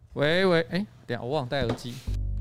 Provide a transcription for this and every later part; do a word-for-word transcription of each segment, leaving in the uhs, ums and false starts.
喂喂，哎、欸，等一下我忘了戴耳机。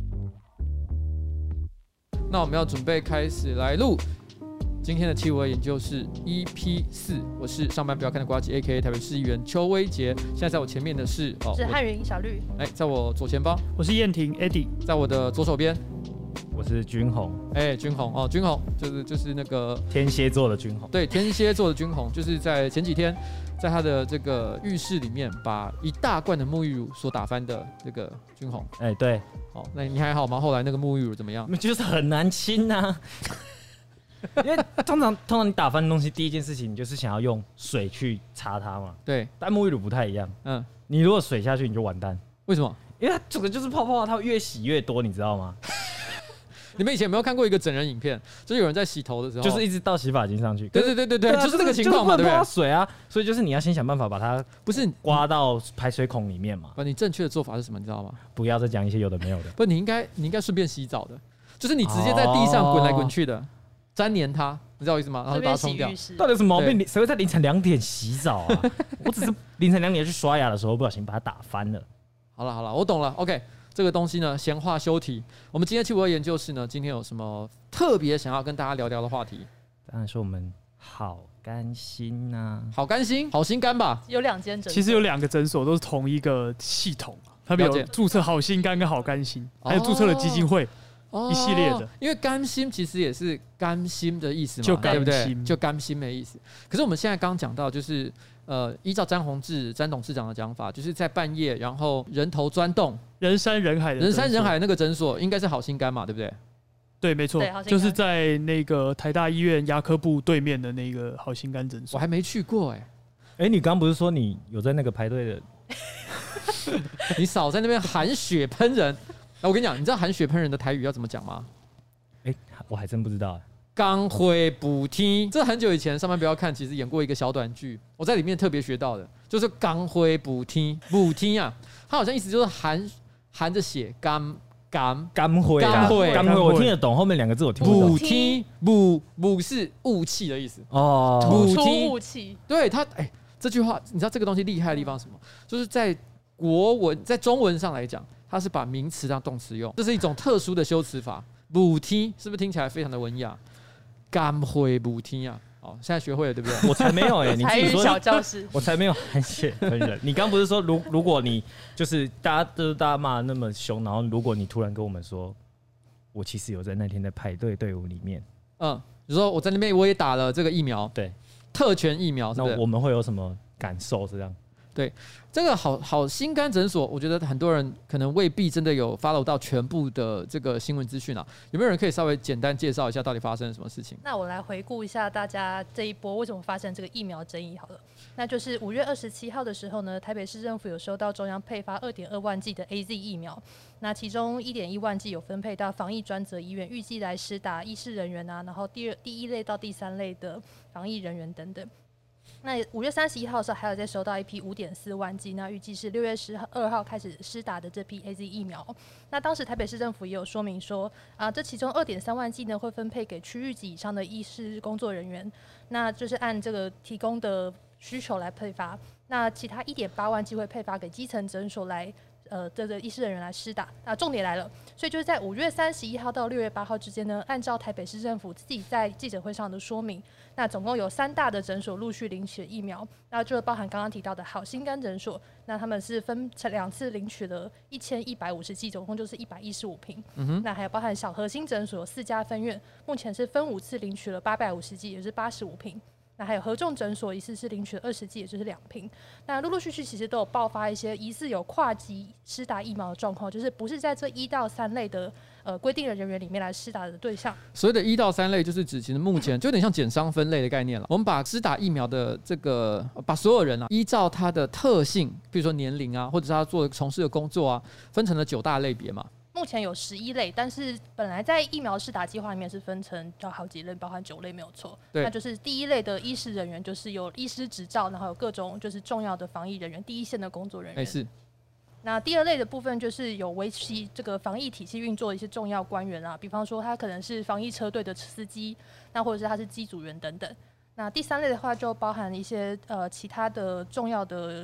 那我们要准备开始来录今天的企鹅研究室 E P 四，我是上班不要看的呱吉 A K A 台北市议员邱威杰。现在在我前面的是哦，是汉云小绿。 哎、欸，在我左前方， 我是燕婷 Eddie， 在我的左手边， 我是君宏。 哎、欸，君宏哦，君宏就是就是那个天蝎座的君宏。 对，天蝎座的君宏，就是在前几天，在他的这个浴室里面，把一大罐的沐浴乳所打翻的这个君宏。 哎、欸，对。 哦，那你还好吗？后来那个沐浴乳怎么样？ 就是很难清啊。因为通常通常你打翻的东西，第一件事情你就是想要用水去擦它嘛。 对， 但沐浴乳不太一样。嗯，你如果水下去，你就完蛋。 为什么？ 因为它这个就是泡泡，它越洗越多，你知道吗？ 你们以前有没有看过一个整人影片？就是有人在洗头的时候， 就是一直倒洗发精上去。 对对对对对， 对啊、 就是这个情况嘛，对不对？ 水啊，所以就是你要先想办法把它不是刮到排水孔里面嘛。 不，你正确的做法是什么？你知道吗？ 不要再讲一些有的没有的。 不，你应该你应该顺便洗澡的，就是你直接在地上滚来滚去的，哦、粘黏它，你知道我意思吗？然后把它冲掉。 到底有什么毛病？谁会在凌晨两点洗澡啊？我只是凌晨两点去刷牙的时候，不小心把它打翻了。 好了好了，我懂了。OK。这个东西呢，闲话休题。我们今天企鹅研究室呢，今天有什么特别想要跟大家聊聊的话题？ 当然是我们好甘心呐、啊， 好甘心，好心肝吧？ 有两间诊所， 其实有两个诊所都是同一个系统，他们有注册好心肝跟好甘心，还有注册了基金会、哦、一系列的。 因为甘心其实也是甘心的意思嘛， 就甘心对不对？就甘心的意思。可是我们现在刚刚讲到，就是。呃，依照詹宏志詹董事长的讲法，就是在半夜，然后人头钻洞， 人山人海的人山人海的那个诊所，应该是好心肝嘛，对不对？ 对，没错，就是在那个台大医院牙科部对面的那个好心肝诊所。 我还没去过哎、欸。 哎、欸，你刚不是说你有在那个排队的？ 你少在那边含血喷人！我跟你讲，你知道含血喷人的台语要怎么讲吗？ 哎、欸，我还真不知道、欸。 刚辉补天，这很久以前上班不要看，其实演过一个小短剧，我在里面特别学到的，就是刚辉补天补天啊，它好像意思就是含含着血干干干灰干灰干灰，我听得懂，后面两个字我听不懂。 补天补补是雾气的意思哦， 吐出雾气。 对它，哎、欸，这句话你知道这个东西厉害的地方是什么？就是在国文在中文上来讲，它是把名词当动词用，这是一种特殊的修辞法。补天是不是听起来非常的文雅？干灰补天啊！哦，现在学会了对不对？ 我才没有哎、欸，你自己说小教室， 我才没有含血喷人。你刚不是说，如如果你就是大家都大家骂那么凶，然后如果你突然跟我们说，我其实有在那天的排队队伍里面， 嗯，你说我在那边我也打了这个疫苗， 对， 特权疫苗是不是， 那我们会有什么感受？这样？ 对，这个好好心肝诊所，我觉得很多人可能未必真的有 follow 到全部的这个新闻资讯啊。有没有人可以稍微简单介绍一下到底发生了什么事情？ 那我来回顾一下大家这一波为什么发生这个疫苗争议好了。那就是五月二十七号的时候呢，台北市政府有收到中央配发二点二万剂的 A Z 疫苗，那其中一点一万剂有分配到防疫专责医院，预计来施打医事人员啊，然后第二第一类到第三类的防疫人员等等。那五月三十一号的时候，还有再收到一批五点四万剂，那预计是六月十二号开始施打的这批 A Z 疫苗。那当时台北市政府也有说明说，啊，这其中二点三万剂呢会分配给区域级以上的医师工作人员，那就是按这个提供的需求来配发。那其他一点八万剂会配发给基层诊所来。呃，这个医师人员来施打，那重点来了，所以就是在五月三十一号到六月八号之间呢，按照台北市政府自己在记者会上的说明，那总共有三大的诊所陆续领取了疫苗，那就包含刚刚提到的好心肝诊所，那他们是分两次领取了一千一百五十剂，总共就是一百一十五瓶。嗯、那还有包含小核心诊所有四家分院，目前是分五次领取了八百五十剂，也就是八十五瓶。那还有合众诊所疑似是领取了二十剂，也就是两瓶。那陆陆续续其实都有爆发一些疑似有跨级施打疫苗的状况，就是不是在这一到三类的呃规定的人员里面来施打的对象。 所谓的一到三类，就是指其实目前就有点像减伤分类的概念了。我们把施打疫苗的这个，把所有人啊，依照他的特性，比如说年龄啊，或者是他做从事的工作啊，分成了九大类别嘛。 目前有十一类，但是本来在疫苗施打计划里面是分成叫好几类，包含九类没有错。那就是第一类的医师人员，就是有医师执照，然后有各种就是重要的防疫人员，第一线的工作人员。 是。 那第二类的部分就是有维持这个防疫体系运作的一些重要官员啊，比方说他可能是防疫车队的司机，那或者是他是机组员等等。那第三类的话就包含一些呃其他的重要的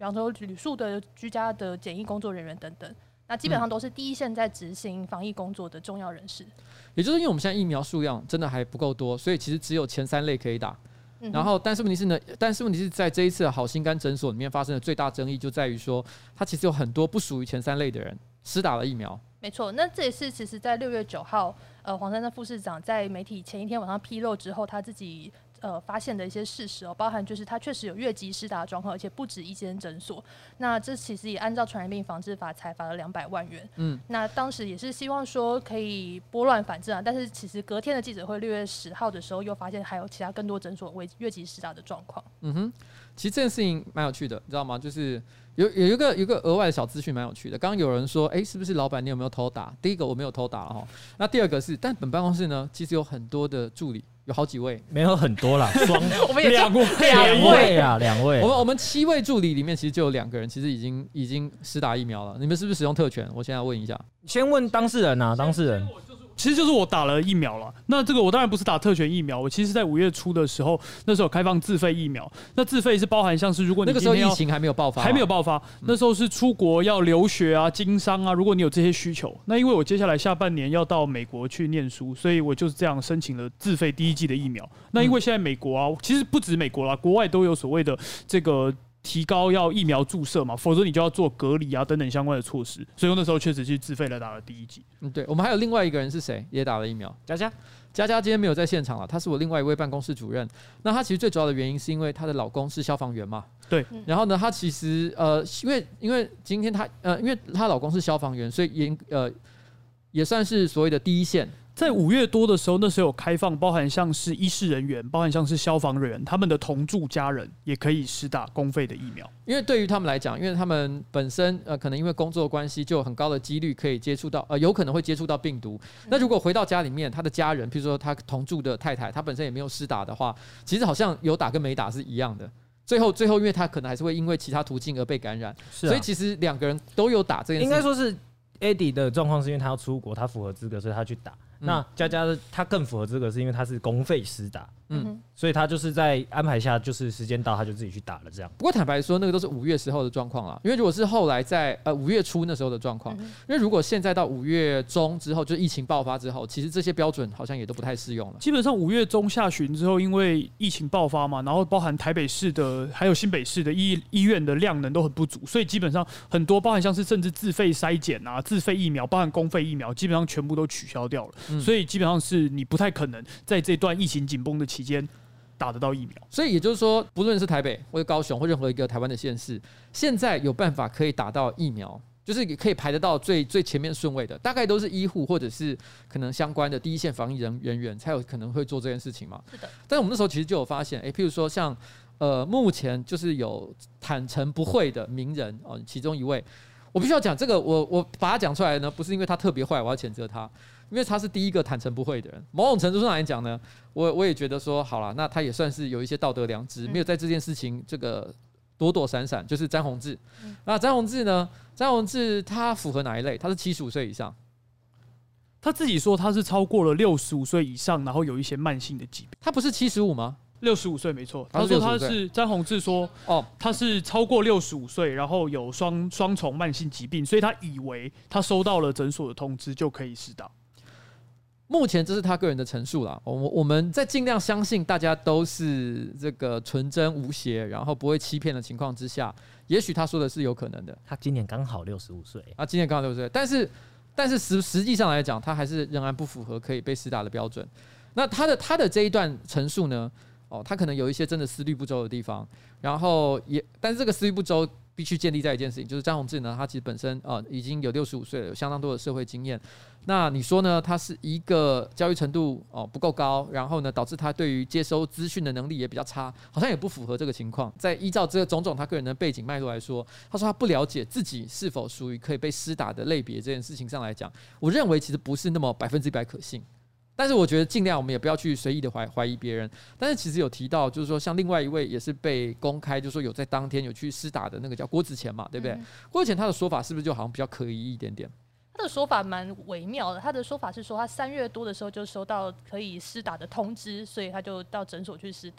方说旅宿的居家的检疫工作人员等等。那基本上都是第一线在执行防疫工作的重要人士。 也就是因为我们现在疫苗数量真的还不够多，所以其实只有前三类可以打。嗯、然后，但是问题是呢，但是问题是在这一次的好心肝诊所里面发生的最大争议就在于说，它其实有很多不属于前三类的人施打了疫苗。 没错，那这也是其实在六月九号，呃，黄珊珊副市长在媒体前一天晚上披露之后，他自己。呃，发现的一些事实哦，包含就是他确实有越级施打的状况，而且不止一间诊所。那这其实也按照传染病防治法裁罚了两百万元。嗯，那当时也是希望说可以拨乱反正啊，但是其实隔天的记者会六月十号的时候，又发现还有其他更多诊所为越级施打的状况。 嗯哼，其实这件事情蛮有趣的，你知道吗？就是有有一个有一个额外的小资讯蛮有趣的。刚刚有人说，哎、欸，是不是老板你有没有偷打？第一个我没有偷打了哈。那第二个是，但本办公室呢，其实有很多的助理。有好几位， 没有很多啦，双我们也两位， 两位啊，两位。 我们我们七位助理里面，其实就有两个人，其实已经已经施打疫苗了。你们是不是使用特权？我现在问一下。 先问当事人啊，当事人。 其实就是我打了疫苗了。那这个我当然不是打特权疫苗，我其实在五月初的时候，那时候有开放自费疫苗。那自费是包含像是如果你那个时候疫情还没有爆发、啊， 还没有爆发，那时候是出国要留学啊、经商啊，如果你有这些需求，那因为我接下来下半年要到美国去念书，所以我就是这样申请了自费第一剂的疫苗。那因为现在美国啊，其实不止美国啦，国外都有所谓的这个。提高要疫苗注射嘛，否则你就要做隔离啊等等相关的措施，所以我那时候确实是自费来打了第一剂。 嗯，对，我们还有另外一个人是谁也打了疫苗，佳佳。佳佳今天没有在现场了，她是我另外一位办公室主任。那她其实最主要的原因是因为她的老公是消防员嘛， 对。 然后呢，她其实呃，因为因为今天她呃，因为她老公是消防员，所以也呃也算是所谓的第一线。 在五月多的时候，那时候有开放，包含像是医事人员，包含像是消防人员，他们的同住家人也可以施打公费的疫苗。 因为对于他们来讲，因为他们本身呃可能因为工作关系，就有很高的几率可以接触到呃有可能会接触到病毒。那如果回到家里面，他的家人，譬如说他同住的太太，他本身也没有施打的话，其实好像有打跟没打是一样的。最后，最后，因为他可能还是会因为其他途径而被感染， 是啊、 所以其实两个人都有打这件事。 应该说是 Eddie 的状况是因为他要出国，他符合资格，所以他去打。嗯、那佳佳的他更符合资格，是因为他是公费施打，嗯，所以他就是在安排下，就是时间到他就自己去打了这样。 不过坦白说，那个都是五月时候的状况啦，因为如果是后来在呃五月初那时候的状况，因为如果现在到五月中之后，就疫情爆发之后，其实这些标准好像也都不太适用了。 基本上五月中下旬之后，因为疫情爆发嘛，然后包含台北市的还有新北市的医医院的量能都很不足，所以基本上很多包含像是甚至自费筛检啊、自费疫苗，包含公费疫苗，基本上全部都取消掉了，嗯、所以基本上是你不太可能在这段疫情紧绷的期间打得到疫苗。 所以也就是说，不论是台北或者高雄或任何一个台湾的县市，现在有办法可以打到疫苗，就是可以排得到最最前面顺位的，大概都是医护或者是可能相关的第一线防疫人人员才有可能会做这件事情嘛。 是的。 但是我们那时候其实就有发现，哎、欸，譬如说像呃，目前就是有坦诚不讳的名人哦，其中一位，我必须要讲这个，我我把他讲出来呢，不是因为他特别坏，我要谴责他。因为他是第一个坦诚不讳的人，某种程度上来讲呢，我我也觉得说，好了，那他也算是有一些道德良知，没有在这件事情这个躲躲闪闪。就是詹宏志，嗯、那詹宏志呢？詹宏志他符合哪一类？他是七十五岁以上， 他自己说他是超过了六十五岁以上，然后有一些慢性的疾病。 他不是七十五吗？ 六十五岁没错，他说他是詹宏志说，哦，他是超过六十五岁，然后有双双重慢性疾病，所以他以为他收到了诊所的通知就可以施打。 目前这是他个人的陈述啦，我我们在尽量相信大家都是这个纯真无邪，然后不会欺骗的情况之下，也许他说的是有可能的。 他今年刚好六十五岁啊，今年刚好六十岁，但是但是实实际上来讲，他还是仍然不符合可以被施打的标准。那他的他的这一段陈述呢，哦，他可能有一些真的思虑不周的地方，然后也，但是这个思虑不周必须建立在一件事情，就是詹宏志呢，他其实本身呃已经有六十五岁了，有相当多的社会经验。那你说呢？他是一个教育程度哦不够高，然后呢导致他对于接收资讯的能力也比较差，好像也不符合这个情况。在依照这个种种他个人的背景脉络来说，他说他不了解自己是否属于可以被施打的类别这件事情上来讲，我认为其实不是那么百分之百可信。但是我觉得尽量我们也不要去随意的怀怀疑别人。但是其实有提到，就是说像另外一位也是被公开，就是说有在当天有去施打的那个叫郭子乾嘛，对不对？嗯、郭子乾他的说法是不是就好像比较可疑一点点？ 他的说法蛮微妙的。他的说法是说，他三月多的时候就收到可以施打的通知，所以他就到诊所去施打了。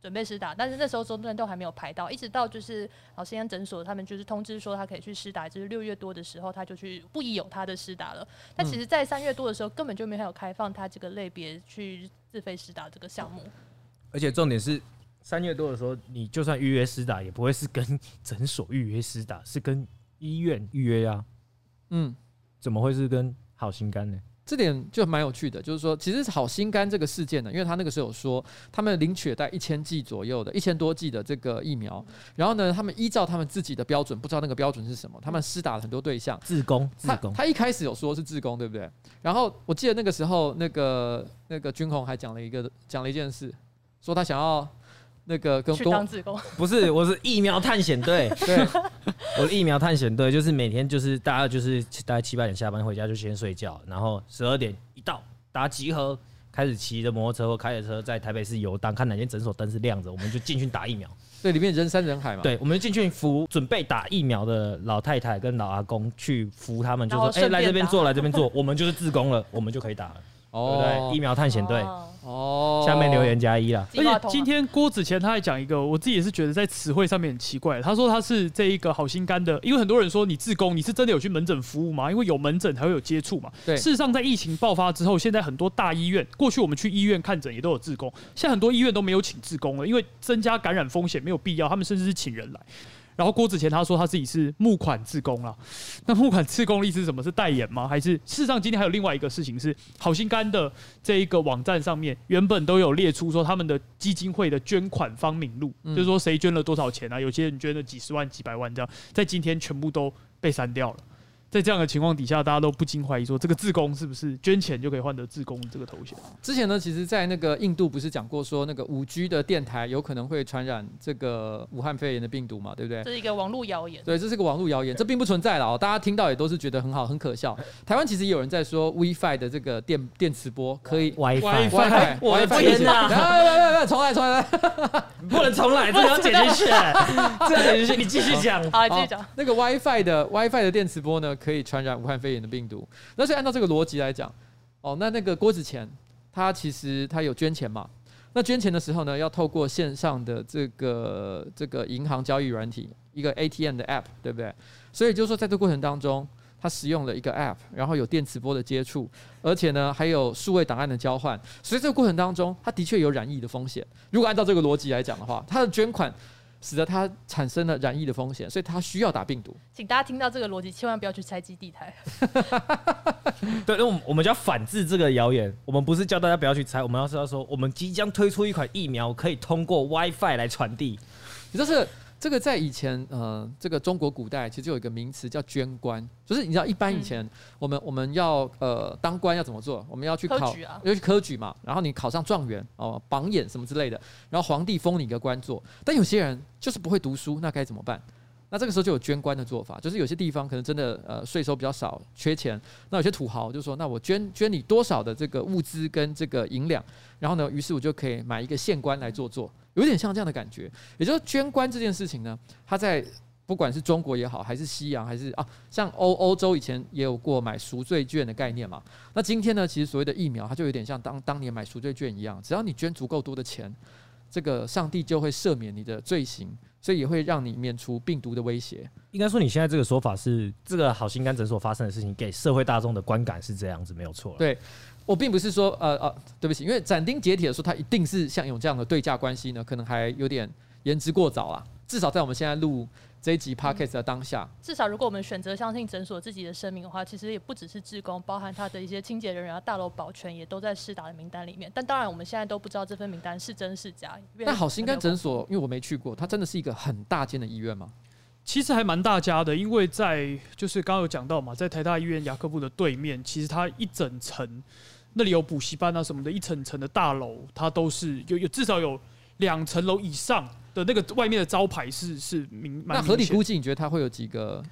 准备施打，但是那时候中段都还没有排到，一直到就是好心安诊所他们就是通知说他可以去施打，就是六月多的时候他就去不疑有他的施打了。但其实，在三月多的时候根本就没有开放他这个类别去自费施打这个项目。 而且重点是三月多的时候，你就算预约施打，也不会是跟诊所预约施打，是跟医院预约呀。嗯，怎么会是跟好心肝呢？ 这点就蛮有趣的，就是说，其实好心肝这个事件呢，因为他那个时候有说，他们领取了大概一千剂左右的，一千多剂的这个疫苗，然后呢，他们依照他们自己的标准，不知道那个标准是什么，他们施打了很多对象， 志工，志工， 他一开始有说是志工，对不对？然后我记得那个时候，那个那个军宏还讲了一个讲了一件事，说他想要。那个跟去当志工不是，我是疫苗探险队。对，我的疫苗探险队就是每天就是大家就是大概七八点下班回家就先睡觉，然后十二点一到，大家集合，开始骑着摩托车或开着车在台北市游荡，看哪间诊所灯是亮着，我们就进去打疫苗。 对，里面人山人海嘛。 对，我们就进去扶准备打疫苗的老太太跟老阿公去扶他们，就说：“哎、欸，来这边坐，来这边坐，我们就是志工了，我们就可以打了。”哦，对不对？疫苗探险队。哦，下面留言加一啦。 而且今天郭子乾他还讲一个，我自己也是觉得在词汇上面很奇怪。他说他是这一个好心肝的，因为很多人说你志工，你是真的有去门诊服务吗？因为有门诊才会有接触嘛。对。事实上，在疫情爆发之后，现在很多大医院，过去我们去医院看诊也都有志工，现在很多医院都没有请志工了，因为增加感染风险没有必要，他们甚至是请人来。然后郭子乾他说他自己是募款志工啦，那募款志工的意思是什么？是代言吗？还是事实上今天还有另外一个事情是，好心肝的这一个网站上面原本都有列出说他们的基金会的捐款方名录，嗯、就是说谁捐了多少钱啊？有些人捐了几十万、几百万这样，在今天全部都被删掉了。在这样的情况底下，大家都不禁怀疑说，这个志工是不是捐钱就可以换得志工这个头衔？ 之前呢，其实，在那个印度不是讲过说，那个五 G 的电台有可能会传染这个武汉肺炎的病毒嘛，对不对？ 这是一个网络谣言。 对，这是个网络谣言，这并不存在了哦。大家听到也都是觉得很好，很可笑。台湾其实也有人在说 WiFi 的这个电电磁波可以 WiFi WiFi， 我的天哪！ 来来来来，重来重来， 不能重来，这个要剪进去，这个剪进去，你继续讲。 好，继续讲。 那个 WiFi 的 WiFi 的电磁波呢，可以传染武汉肺炎的病毒。那所以按照这个逻辑来讲，哦，那那个郭子乾他其实他有捐钱嘛？那捐钱的时候呢，要透过线上的这个这个银行交易软体，一个 A T M 的 App， 对不对？所以就是说，在这个过程当中，他使用了一个 App， 然后有电磁波的接触，而且呢还有数位档案的交换，所以这个过程当中，他的确有染疫的风险。如果按照这个逻辑来讲的话，他的捐款使得它产生了染疫的风险，所以它需要打病毒。 请大家听到这个逻辑，千万不要去拆基地台。 对，那我们就要反制这个谣言。我们不是叫大家不要去拆，我们要是要说，我们即将推出一款疫苗，可以通过 WiFi 来传递。 你知道是这个在以前，呃，这个中国古代其实有一个名词叫捐官，就是你知道一般以前我们、嗯、我们要呃当官要怎么做？我们要去考， 科举啊， 要去科举嘛，然后你考上状元哦、榜眼什么之类的，然后皇帝封你一个官做。但有些人就是不会读书，那该怎么办？那这个时候就有捐官的做法，就是有些地方可能真的呃税收比较少，缺钱，那有些土豪就说，那我捐捐你多少的这个物资跟这个银两，然后呢，于是我就可以买一个县官来做做。有点像这样的感觉，也就是捐官这件事情呢，它在不管是中国也好，还是西洋，还是啊，像欧欧洲以前也有过买赎罪券的概念嘛。那今天呢，其实所谓的疫苗，它就有点像当当年买赎罪券一样，只要你捐足够多的钱，这个上帝就会赦免你的罪行，所以也会让你免除病毒的威胁。 应该说，你现在这个说法是这个好心肝诊所发生的事情，给社会大众的观感是这样子，没有错。 对。我并不是说，呃呃，对不起，因为斩钉截铁的说，它一定是像有这样的对价关系呢，可能还有点言之过早啊。至少在我们现在录这一集 podcast 的当下、嗯， 至少如果我们选择相信诊所自己的声明的话，其实也不只是志工，包含他的一些清洁人员、大楼保全也都在施打的名单里面。但当然，我们现在都不知道这份名单是真是假。 那好心肝诊所，因为我没去过，它真的是一个很大间的医院吗？ 其实还蛮大家的，因为在就是刚刚有讲到嘛，在台大医院牙科部的对面，其实它一整层。那里有补习班啊什么的，一层层的大楼，它都是有有至少有两层楼以上的那个外面的招牌是是明。 那合理估计，你觉得它会有几个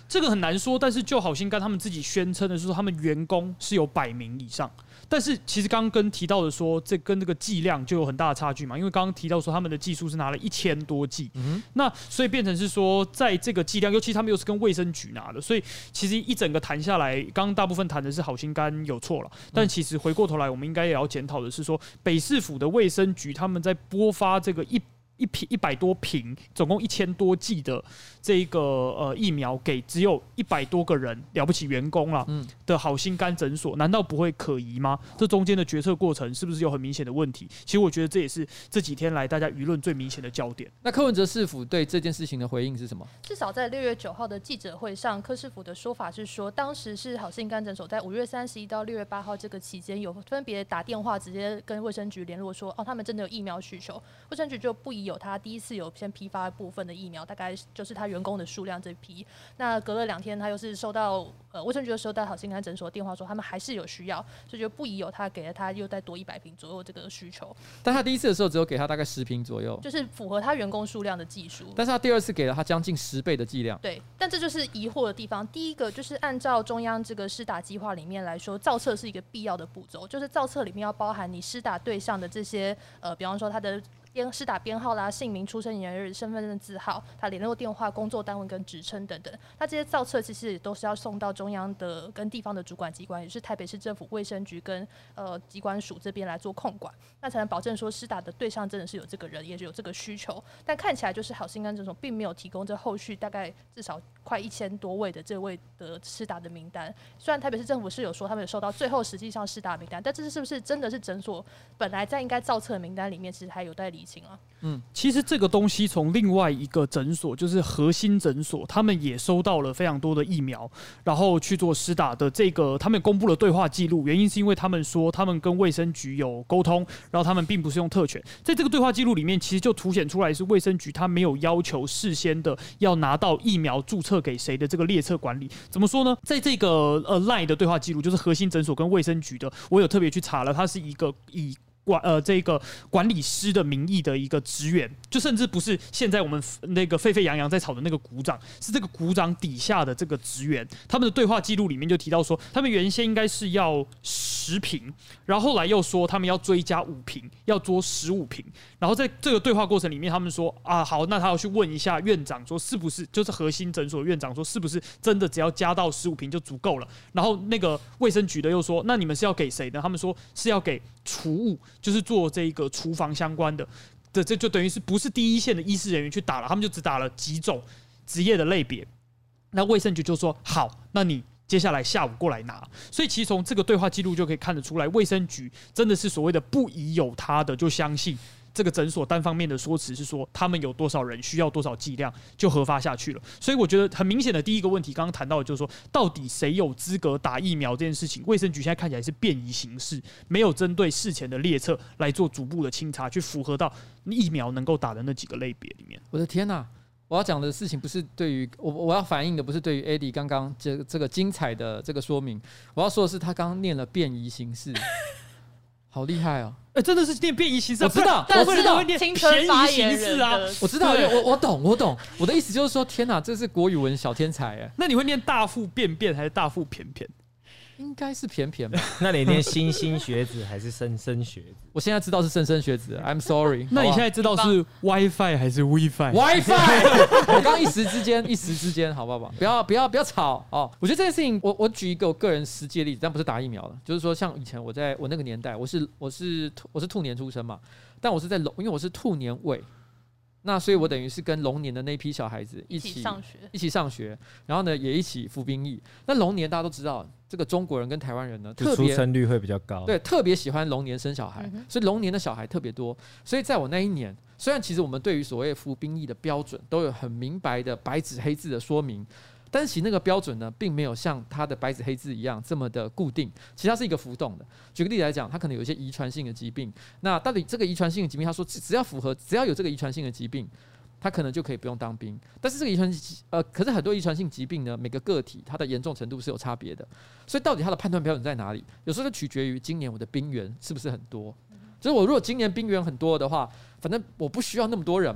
这个很难说，但是就好心肝他们自己宣称的是说，他们员工是有百名以上。但是其实刚刚跟提到的说，这跟这个剂量就有很大的差距嘛，因为刚刚提到说他们的技术是拿了一千多剂，嗯、那所以变成是说，在这个剂量，尤其他们又是跟卫生局拿的，所以其实一整个谈下来，刚刚大部分谈的是好心肝有错了，但其实回过头来，我们应该也要检讨的是说，北市府的卫生局他们在拨发这个一。一瓶一百多瓶，总共一千多剂的这个呃疫苗给只有一百多个人了不起员工啦、嗯、的好心肝诊所，难道不会可疑吗？这中间的决策过程是不是有很明显的问题？其实我觉得这也是这几天来大家舆论最明显的焦点。 那柯文哲市府对这件事情的回应是什么？ 至少在六月九号的记者会上，柯市府的说法是说，当时是好心肝诊所在五月三十一到六月八号这个期间，有分别打电话直接跟卫生局联络说，哦，他们真的有疫苗需求，卫生局就不疑有他第一次有先批发部分的疫苗，大概就是他员工的数量这批。那隔了两天，他又是收到呃卫生局收到好心肝诊所的电话说，他们还是有需要，所以就不疑有他给了他又再多一百瓶左右这个需求。 但他第一次的时候只有给他大概十瓶左右， 就是符合他员工数量的技术。 但是他第二次给了他将近十倍的剂量。 对，但这就是疑惑的地方。第一个就是按照中央这个施打计划里面来说，造册是一个必要的步骤，就是造册里面要包含你施打对象的这些呃，比方说他的编施打编号啦、姓名、出生年月日、身份证字号、他联络电话、工作单位跟职称等等。那这些造册其实也都是要送到中央的跟地方的主管机关，也就是台北市政府卫生局跟呃机关署这边来做控管，那才能保证说施打的对象真的是有这个人，也是有这个需求。但看起来就是好心肝诊所并没有提供这后续大概至少快一千多位的这位的施打的名单。虽然台北市政府是有说他们有收到最后实际上施打名单，但这是不是真的是诊所本来在应该造册的名单里面，其实还有待理清啊。 嗯，其实这个东西从另外一个诊所，就是核心诊所，他们也收到了非常多的疫苗，然后去做施打的这个，他们公布了对话记录，原因是因为他们说他们跟卫生局有沟通，然后他们并不是用特权，在这个对话记录里面，其实就凸显出来是卫生局他没有要求事先的要拿到疫苗注册给谁的这个列册管理。怎么说呢？在这个呃 Line 的对话记录，就是核心诊所跟卫生局的，我有特别去查了，它是一个以管呃这个管理师的名义的一个职员，就甚至不是现在我们那个沸沸扬扬在吵的那个股长，是这个股长底下的这个职员。他们的对话记录里面就提到说，他们原先应该是要十瓶，然后后来又说他们要追加五瓶，要做十五瓶。然后在这个对话过程里面，他们说啊好，那他要去问一下院长说是不是，就是核心诊所院长说是不是真的只要加到十五瓶就足够了。然后那个卫生局的又说，那你们是要给谁呢？他们说是要给厨务。就是做这个厨房相关的，这这就等于是不是第一线的医师人员去打了，他们就只打了几种职业的类别。那卫生局就说好，那你接下来下午过来拿。所以其实从这个对话记录就可以看得出来，卫生局真的是所谓的不疑有他的，就相信这个诊所单方面的说辞是说他们有多少人需要多少剂量就核发下去了。所以我觉得很明显的第一个问题，刚刚谈到的就是说，到底谁有资格打疫苗这件事情，卫生局现在看起来是便宜行事，没有针对事前的列册来做逐步的清查，去符合到疫苗能够打的那几个类别里面。 我的天哪、啊！我要讲的事情不是对于我，我要反映的不是对于 Eddie 刚刚这这个精彩的这个说明，我要说的是他刚刚念了便宜行事，好厉害哦！ 欸、真的是念便宜行事， 我知道， 我知道， 会念便宜行事啊， 我知道，我我懂，我懂。我的意思就是说，天哪，这是国语文小天才哎！ 那你会念大腹便便还是大腹便便？ 应该是偏偏吧。 那你念莘莘学子还是莘莘学子？ 我现在知道是莘莘学子 ，I'm sorry。 那你现在知道是 WiFi 还是 WiFi？WiFi， 我刚一时之间，一时之间，好不好？不要不要不要吵哦！我觉得这件事情，我我举一个我个人实际的例子，但不是打疫苗了，就是说，像以前我在我那个年代，我是我是我是兔年出生嘛，但我是在龙，因为我是兔年尾。那所以，我等于是跟龙年的那批小孩子一起一起上学， 一起上学，然后呢，也一起服兵役。那龙年大家都知道，这个中国人跟台湾人呢，特别出生率会比较高， 对，特别喜欢龙年生小孩，嗯、所以龙年的小孩特别多。所以在我那一年，虽然其实我们对于所谓服兵役的标准都有很明白的白纸黑字的说明。但是其实那个标准呢，并没有像它的白纸黑字一样这么的固定，其实它是一个浮动的。举个例子来讲，它可能有一些遗传性的疾病，那到底这个遗传性的疾病，他说只要符合，只要有这个遗传性的疾病，他可能就可以不用当兵。但是这个遗传呃，可是很多遗传性疾病呢，每个个体它的严重程度是有差别的，所以到底它的判断标准在哪里？有时候就取决于今年我的兵源是不是很多。就是我如果今年兵源很多的话，反正我不需要那么多人嘛。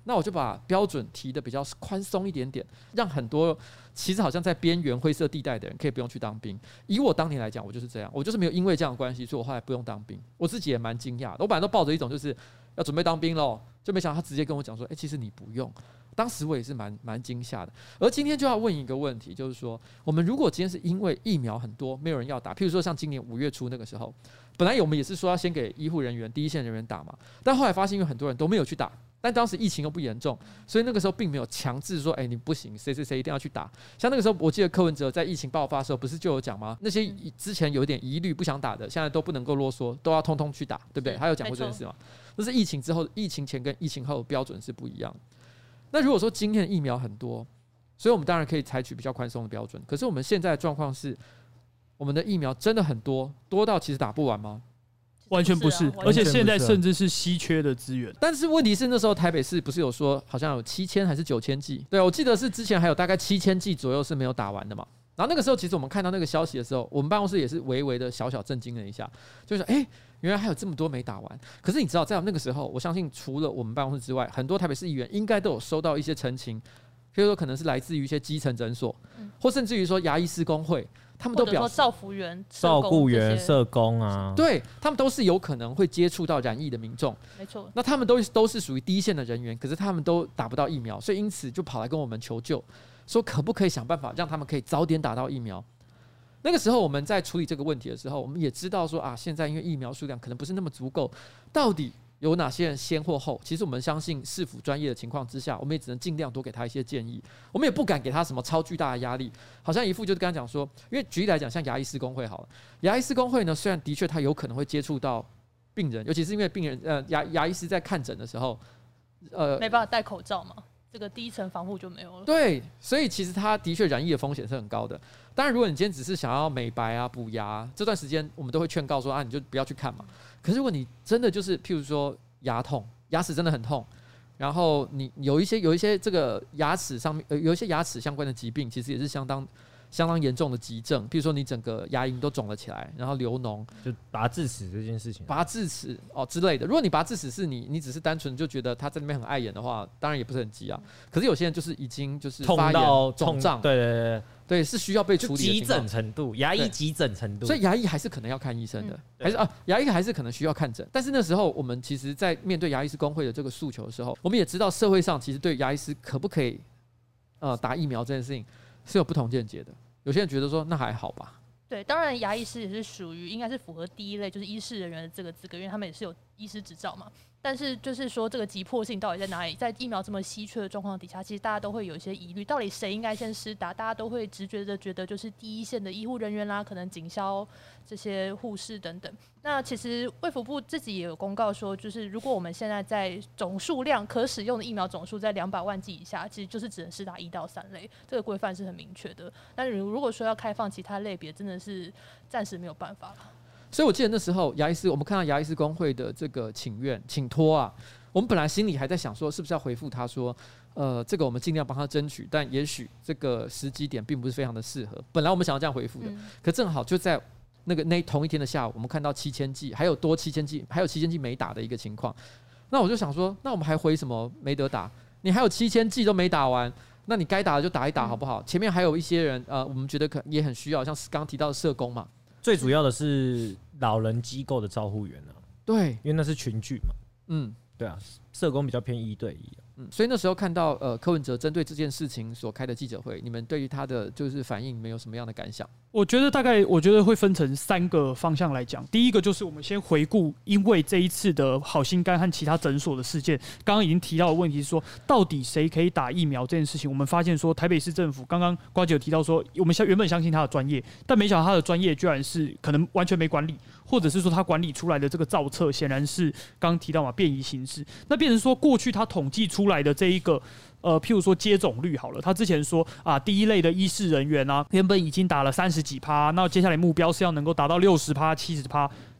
那我就把标准提的比较宽松一点点，让很多其实好像在边缘灰色地带的人可以不用去当兵。以我当年来讲，我就是这样，我就是没有因为这样的关系，所以我后来不用当兵。我自己也蛮惊讶的，我本来都抱着一种就是要准备当兵咯，就没想到他直接跟我讲说，哎、欸，其实你不用。当时我也是蛮蛮惊吓的。而今天就要问一个问题，就是说，我们如果今天是因为疫苗很多没有人要打，譬如说像今年五月初那个时候，本来我们也是说要先给医护人员、第一线人员打嘛，但后来发现因为很多人都没有去打。但当时疫情又不严重，所以那个时候并没有强制说，哎、欸，你不行，谁谁谁一定要去打。像那个时候，我记得柯文哲在疫情爆发的时候，不是就有讲吗？那些之前有一点疑虑不想打的，现在都不能够啰嗦，都要通通去打，对不对？他有讲过这件事吗？那是疫情之后，疫情前跟疫情后的标准是不一样的。那如果说今天的疫苗很多，所以我们当然可以采取比较宽松的标准。可是我们现在的状况是，我们的疫苗真的很多，多到其实打不完吗？ 完全不是，而且现在甚至是稀缺的资源。 但是问题是，那时候台北市不是有说好像有七千还是九千剂？对，我记得是之前还有大概七千剂左右是没有打完的嘛。然后那个时候，其实我们看到那个消息的时候，我们办公室也是微微的小小震惊了一下，就是哎、欸，原来还有这么多没打完。可是你知道，在那个时候，我相信除了我们办公室之外，很多台北市议员应该都有收到一些陈情，譬如说可能是来自于一些基层诊所，或甚至于说牙医师公会。他们都表示， 照服员、 照顾员、社工啊， 对他们都是有可能会接触到染疫的民众， 没错。 那他们都都是属于第一线的人员，可是他们都打不到疫苗，所以因此就跑来跟我们求救，说可不可以想办法让他们可以早点打到疫苗。那个时候我们在处理这个问题的时候，我们也知道说啊，现在因为疫苗数量可能不是那么足够，到底有哪些人先或后？其实我们相信市府专业的情况之下，我们也只能尽量多给他一些建议。我们也不敢给他什么超巨大的压力，好像一副就是跟他讲说，因为举例来讲，像牙医师公会好了，牙医师公会呢，虽然的确他有可能会接触到病人，尤其是因为病人呃牙牙医师在看诊的时候， 呃没办法戴口罩嘛，这个第一层防护就没有了。 对，所以其实他的确染疫的风险是很高的。当然，如果你今天只是想要美白啊、补牙、啊，这段时间我们都会劝告说啊，你就不要去看嘛。可是如果你真的就是譬如说牙痛，牙齿真的很痛，然后你有一些有一些这个牙齿上面、呃、有一些牙齿相关的疾病，其实也是相当相当严重的急症，譬如说你整个牙龈都肿了起来，然后流脓， 就拔智齿这件事情， 拔智齿哦之类的。如果你拔智齿是你你只是单纯就觉得他在那边很碍眼的话，当然也不是很急啊。可是有些人就是已经就是痛到肿胀， 对对对对，是需要被处理的急诊程度，牙医急诊程度， 所以牙医还是可能要看医生的，嗯、还是啊，牙医还是可能需要看诊。但是那时候我们其实，在面对牙医师公会的这个诉求的时候，我们也知道社会上其实对牙医师可不可以呃打疫苗这件事情是有不同见解的。有些人觉得说那还好吧。 对，当然牙医师也是属于应该是符合第一类，就是医事人员的这个资格，因为他们也是有医师执照嘛。但是就是说这个急迫性到底在哪里？在疫苗这么稀缺的状况底下，其实大家都会有一些疑虑，到底谁应该先施打？大家都会直觉的觉得就是第一线的医护人员啦，可能警消这些护士等等。那其实卫福部自己也有公告说，就是如果我们现在在总数量可使用的疫苗总数在两百万剂以下，其实就是只能施打一到三类，这个规范是很明确的。但是如果说要开放其他类别，真的是暂时没有办法了。 所以我记得那时候牙医师，我们看到牙医师公会的这个请愿、请托啊，我们本来心里还在想说，是不是要回复他说，呃，这个我们尽量帮他争取，但也许这个时机点并不是非常的适合。本来我们想要这样回复的，嗯、可正好就在那个那同一天的下午，我们看到七千剂，还有多七千剂，还有七千剂没打的一个情况。那我就想说，那我们还回什么没得打？你还有七千剂都没打完。那你该打的就打一打好不好？嗯、前面还有一些人，呃，我们觉得可也很需要，像刚刚提到的社工嘛。 最主要的是老人机构的照护员啊， 对， 因为那是群聚嘛，嗯，对啊，社工比较偏一对一、啊， 嗯，所以那时候看到呃柯文哲针对这件事情所开的记者会，你们对于他的就是反应，你们有什么样的感想？ 我觉得大概我觉得会分成三个方向来讲。第一个就是我们先回顾，因为这一次的好心肝和其他诊所的事件，刚刚已经提到的问题是说，到底谁可以打疫苗这件事情，我们发现说台北市政府刚刚瓜姐有提到说，我们原本相信他的专业，但没想到他的专业居然是可能完全没管理，或者是说他管理出来的这个造册显然是刚刚提到嘛便宜行事，那变成说过去他统计出来的这一个。呃，譬如说接种率好了，他之前说啊，第一类的医事人员啊，原本已经打了三十几趴，那接下来目标是要能够达到六十趴、七十趴。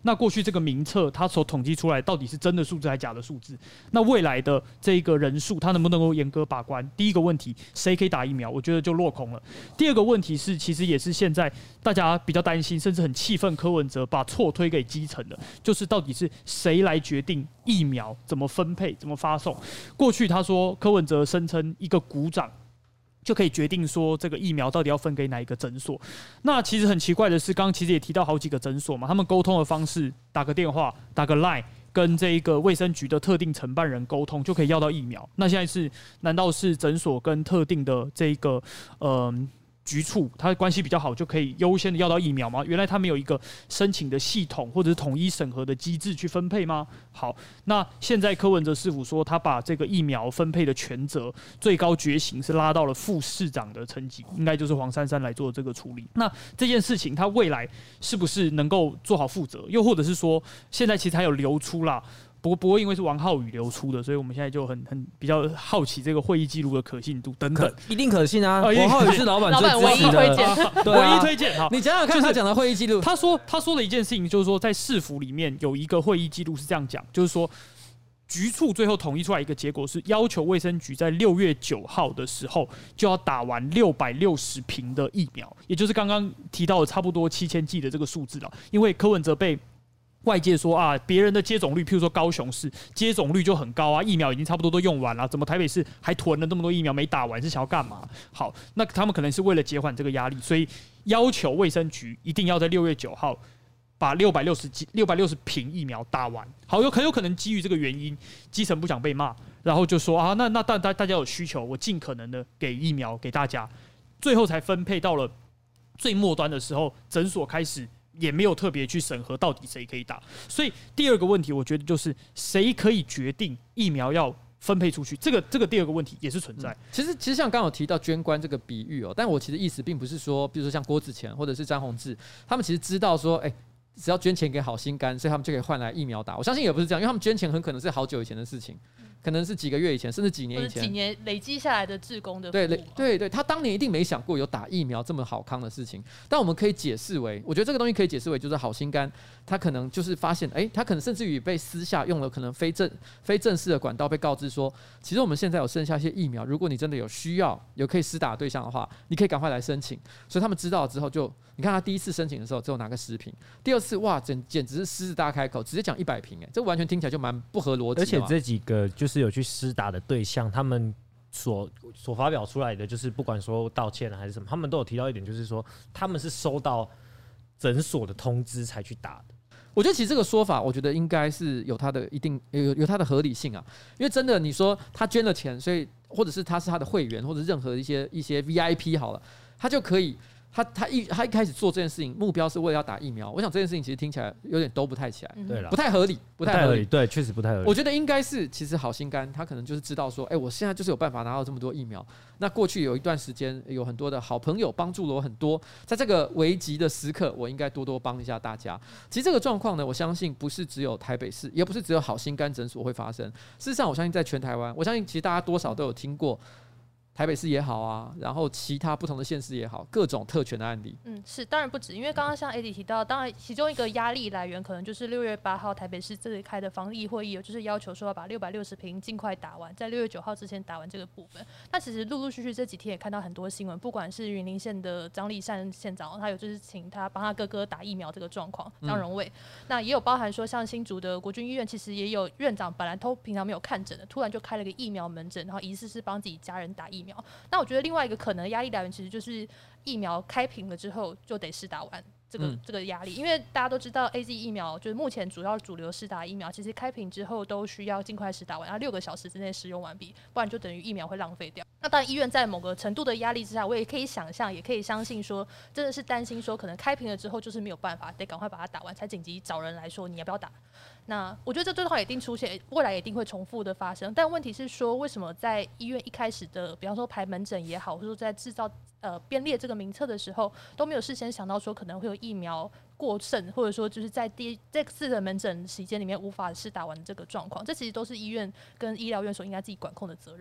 那过去这个名册它所统计出来到底是真的数字还是假的数字？那未来的这个人数它能不能够严格把关？第一个问题，谁可以打疫苗？我觉得就落空了。第二个问题是，其实也是现在大家比较担心，甚至很气愤柯文哲把错推给基层的，就是到底是谁来决定疫苗怎么分配、怎么发送？过去他说柯文哲声称一个股长就可以决定说这个疫苗到底要分给哪一个诊所。那其实很奇怪的是，刚刚其实也提到好几个诊所嘛，他们沟通的方式，打个电话、打个 Line， 跟这个卫生局的特定承办人沟通就可以要到疫苗。那现在是难道是诊所跟特定的这个呃局处，它关系比较好，就可以优先的要到疫苗吗？原来它没有一个申请的系统或者是统一审核的机制去分配吗？好，那现在柯文哲市府说，他把这个疫苗分配的权责最高决刑是拉到了副市长的层级，应该就是黄珊珊来做这个处理。那这件事情，他未来是不是能够做好负责？又或者是说，现在其实还有流出啦。不过，不过因为是王浩宇流出的，所以我们现在就很很比较好奇这个会议记录的可信度等等， 一定可信啊！ 哦、 王浩宇是老板最支持的， 唯一推荐， 对啊、 唯一推荐。好， 你想想看，他讲的会议记录， 他说他说了一件事情，就是说在市府里面有一个会议记录是这样讲，就是说局处最后统一出来一个结果是要求卫生局在六月九号的时候就要打完六百六十瓶的疫苗，也就是刚刚提到的差不多七千剂的这个数字了，因为柯文哲被外界说啊，别人的接种率，譬如说高雄市接种率就很高啊，疫苗已经差不多都用完了，怎么台北市还囤了那么多疫苗没打完，是想要干嘛？好，那他们可能是为了减缓这个压力，所以要求卫生局一定要在六月九号把六百六十六百六十瓶疫苗打完。好，有很有可能基于这个原因，基层不想被骂，然后就说啊，那那大大大家有需求，我尽可能的给疫苗给大家，最后才分配到了最末端的时候，诊所开始。也没有特别去审核到底谁可以打，所以第二个问题，我觉得就是谁可以决定疫苗要分配出去，这个这个第二个问题也是存在。嗯、 其实其实像刚刚有提到捐官这个比喻哦，但我其实意思并不是说，比如说像郭子乾或者是张宏志，他们其实知道说，哎、欸，只要捐钱给好心肝，所以他们就可以换来疫苗打。我相信也不是这样，因为他们捐钱很可能是好久以前的事情。可能是几个月以前，甚至几年以前， 几年累积下来的志工的对对对，他当年一定没想过有打疫苗这么好康的事情。但我们可以解释为，我觉得这个东西可以解释为，就是好心肝，他可能就是发现，哎、欸，他可能甚至于被私下用了可能非正非正式的管道被告知说，其实我们现在有剩下一些疫苗，如果你真的有需要，有可以施打的对象的话，你可以赶快来申请。所以他们知道了之后就，你看他第一次申请的时候只有拿个十瓶，第二次哇，简简直是狮子大开口，直接讲一百瓶，哎，这完全听起来就蛮不合逻辑的。 而且这几个就是有去施打的对象，他们所所发表出来的，就是不管说道歉还是什么，他们都有提到一点，就是说他们是收到诊所的通知才去打的。 我觉得其实这个说法，我觉得应该是有它的一定有有它的合理性啊，因为真的你说他捐了钱，所以或者是他是他的会员，或者是任何一些一些 V I P 好了，他就可以。他他一他一开始做这件事情，目标是为了要打疫苗。我想这件事情其实听起来有点都不太起来， 对了， 不太合理，不太合理， 对，确实不太合理。 我觉得应该是，其实好心肝他可能就是知道说，哎、欸，我现在就是有办法拿到这么多疫苗。那过去有一段时间，有很多的好朋友帮助了我很多，在这个危急的时刻，我应该多多帮一下大家。其实这个状况呢，我相信不是只有台北市，也不是只有好心肝诊所会发生。事实上，我相信在全台湾，我相信其实大家多少都有听过。台北市也好啊，然后其他不同的县市也好，各种特权的案例。 嗯，是，当然不止，因为刚刚像 A D 提到，当然其中一个压力来源可能就是六月八号台北市这里开的防疫会议，就是要求说要把六百六十瓶尽快打完，在六月九号之前打完这个部分。那其实陆陆续续这几天也看到很多新闻，不管是云林县的张立善县长，他有就是请他帮他哥哥打疫苗这个状况，张荣卫、嗯，那也有包含说像新竹的国军医院，其实也有院长本来都平常没有看诊的，突然就开了个疫苗门诊，然后疑似是帮自己家人打疫苗。那我觉得另外一个可能压力来源，其实就是疫苗开瓶了之后就得施打完这个、嗯、这个压力，因为大家都知道 A Z 疫苗就是目前主要主流施打疫苗，其实开瓶之后都需要尽快施打完，然后六个小时之内使用完毕，不然就等于疫苗会浪费掉。那当然医院在某个程度的压力之下，我也可以想象，也可以相信说，真的是担心说可能开瓶了之后就是没有办法，得赶快把它打完，才紧急找人来说你要不要打。那我觉得这对话一定出现，未来一定会重复的发生。但问题是说，为什么在医院一开始的，比方说排门诊也好，或者说在制造呃编列这个名册的时候，都没有事先想到说可能会有疫苗过剩，或者说就是在第这次的门诊时间里面无法施打完的这个状况，这其实都是医院跟医疗院所应该自己管控的责任。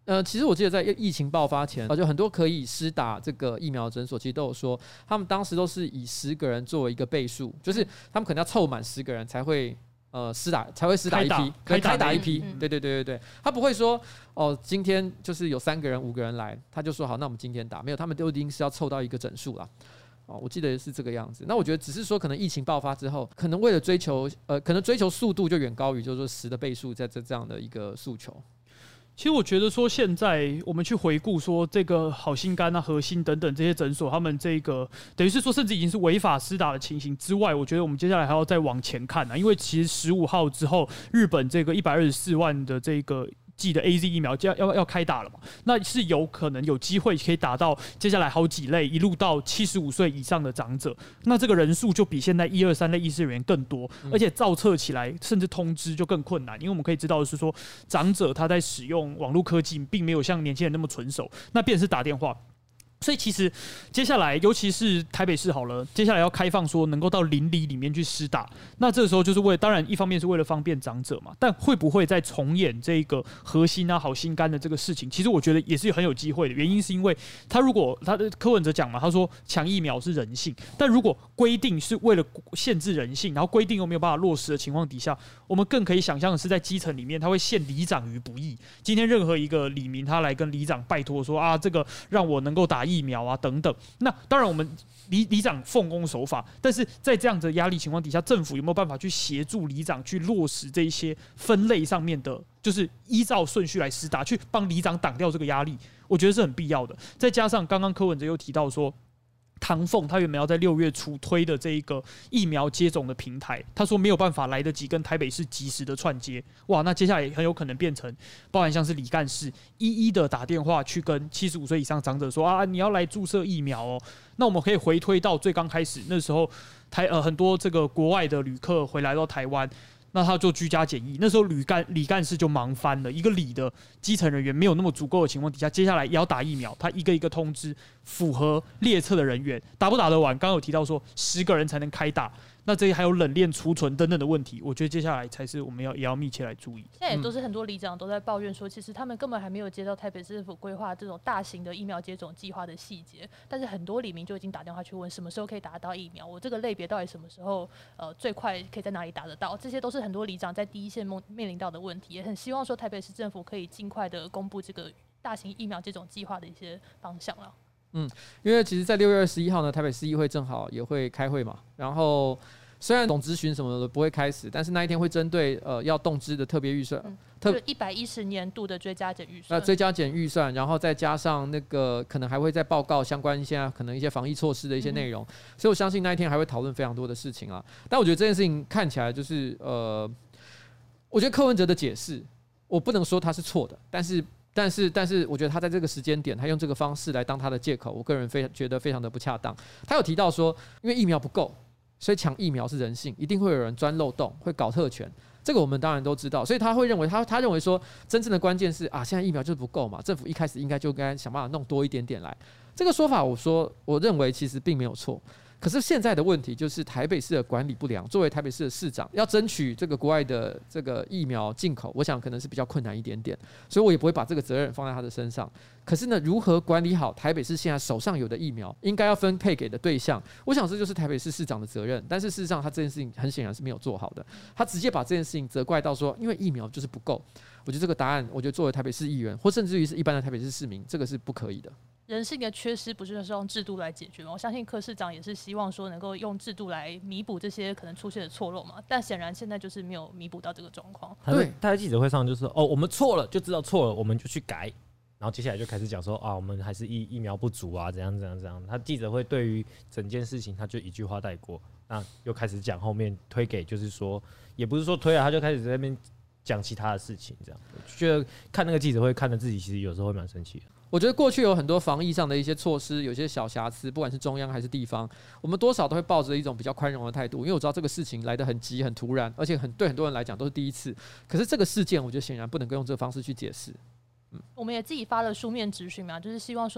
呃，其实我记得在疫情爆发前，就很多可以施打这个疫苗的诊所，其实都有说，他们当时都是以十个人作为一个倍数，就是他们可能要凑满十个人才会呃施打，才会施打一批， 开打开打一批。 嗯、 对对对对对，他不会说哦，今天就是有三个人、五个人来，他就说好，那我们今天打，没有，他们都一定是要凑到一个整数啦。哦，我记得是这个样子。那我觉得只是说，可能疫情爆发之后，可能为了追求呃，可能追求速度就远高于就是说十的倍数，在这这样的一个诉求。 其实我觉得说，现在我们去回顾说这个好心肝啊、核心等等这些诊所，他们这个等于是说，甚至已经是违法施打的情形之外，我觉得我们接下来还要再往前看啊，因为其实十五号之后，日本这个一百二十四万的这个剂的 A Z 疫苗要要要开打了嘛，那是有可能有机会可以打到接下来好几类，一路到七十五岁以上的长者，那这个人数就比现在一二三类医师人员更多，而且造册起来甚至通知就更困难，因为我们可以知道的是说，长者他在使用网络科技并没有像年轻人那么纯熟，那便是打电话。所以其实接下来，尤其是台北市好了，接下来要开放说能够到邻里里面去施打，那这个时候就是为，当然一方面是为了方便长者嘛，但会不会再重演这个核心啊、好心肝的这个事情？其实我觉得也是很有机会的。原因是因为他如果他的柯文哲讲嘛，他说抢疫苗是人性，但如果规定是为了限制人性，然后规定又没有办法落实的情况底下，我们更可以想象的是在基层里面，他会陷里长于不义。今天任何一个里民他来跟里长拜托说啊，这个让我能够打疫苗啊等等，那当然我们里里长奉公守法，但是在这样的压力情况底下，政府有没有办法去协助里长去落实这一些分类上面的，就是依照顺序来施打，去帮里长挡掉这个压力，我觉得是很必要的。再加上刚刚柯文哲又提到说，唐凤他原本要在六月初推的这一个疫苗接种的平台，他说没有办法来得及跟台北市及时的串接，哇，那接下来很有可能变成，包含像是李干事一一的打电话去跟七十五岁以上长者说啊，你要来注射疫苗哦。那我们可以回推到最刚开始那时候，台呃很多这个国外的旅客回来到台湾。那他就居家检疫，那时候李干李干事就忙翻了，一个里的基层人员没有那么足够的情况底下，接下来也要打疫苗，他一个一个通知符合列册的人员打不打得完？刚刚有提到说十个人才能开打，那这些还有冷链储存等等的问题，我觉得接下来才是我们要也要密切来注意。 现在也都是很多里长都在抱怨说，其实他们根本还没有接到台北市政府规划这种大型的疫苗接种计划的细节，但是很多里民就已经打电话去问什么时候可以打得到疫苗，我这个类别到底什么时候呃最快可以在哪里打得到？这些都是很多里长在第一线面临到的问题，也很希望说台北市政府可以尽快的公布这个大型疫苗接种计划的一些方向了。 嗯，因为其实，在六月二十一号呢，台北市议会正好也会开会嘛，然后。虽然总咨询什么的不会开始，但是那一天会针对呃要动支的特别预算， 嗯、 特就一百一十年度的追加减预算， 呃追加减预算，然后再加上那个可能还会再报告相关一些可能一些防疫措施的一些内容，嗯、所以我相信那一天还会讨论非常多的事情啊。但我觉得这件事情看起来就是呃，我觉得柯文哲的解释，我不能说他是错的，但是。但是，但是，我觉得他在这个时间点，他用这个方式来当他的借口，我个人非觉得非常的不恰当。他有提到说，因为疫苗不够，所以抢疫苗是人性，一定会有人钻漏洞，会搞特权。这个我们当然都知道，所以他会认为他他认为说，真正的关键是啊，现在疫苗就是不够嘛，政府一开始应该就该想办法弄多一点点来。这个说法，我说我认为其实并没有错。可是现在的问题就是台北市的管理不良，作为台北市的市长，要争取这个国外的这个疫苗进口，我想可能是比较困难一点点，所以我也不会把这个责任放在他的身上。可是呢，如何管理好台北市现在手上有的疫苗，应该要分配给的对象，我想这就是台北市市长的责任。但是事实上，他这件事情很显然是没有做好的，他直接把这件事情责怪到说，因为疫苗就是不够。我觉得这个答案，我觉得作为台北市议员，或甚至于是一般的台北市市民，这个是不可以的。 人性的缺失不是用制度来解决吗？我相信柯市长也是希望说能够用制度来弥补这些可能出现的错漏嘛。但显然现在就是没有弥补到这个状况。 对，他在记者会上就说：“哦，我们错了，就知道错了，我们就去改。”然后接下来就开始讲说：“啊，我们还是疫疫苗不足啊，怎样怎样怎样。”他记者会对于整件事情，他就一句话带过。那又开始讲后面推给，就是说，也不是说推了，他就开始在那边讲其他的事情，这样。觉得看那个记者会，看得自己其实有时候会蛮生气的。 我觉得过去有很多防疫上的一些措施，有些小瑕疵，不管是中央还是地方，我们多少都会抱着一种比较宽容的态度，因为我知道这个事情来得很急、很突然，而且很对很多人来讲都是第一次。可是这个事件，我觉得显然不能够用这个方式去解释。 我们也自己发了书面质询嘛，就是希望说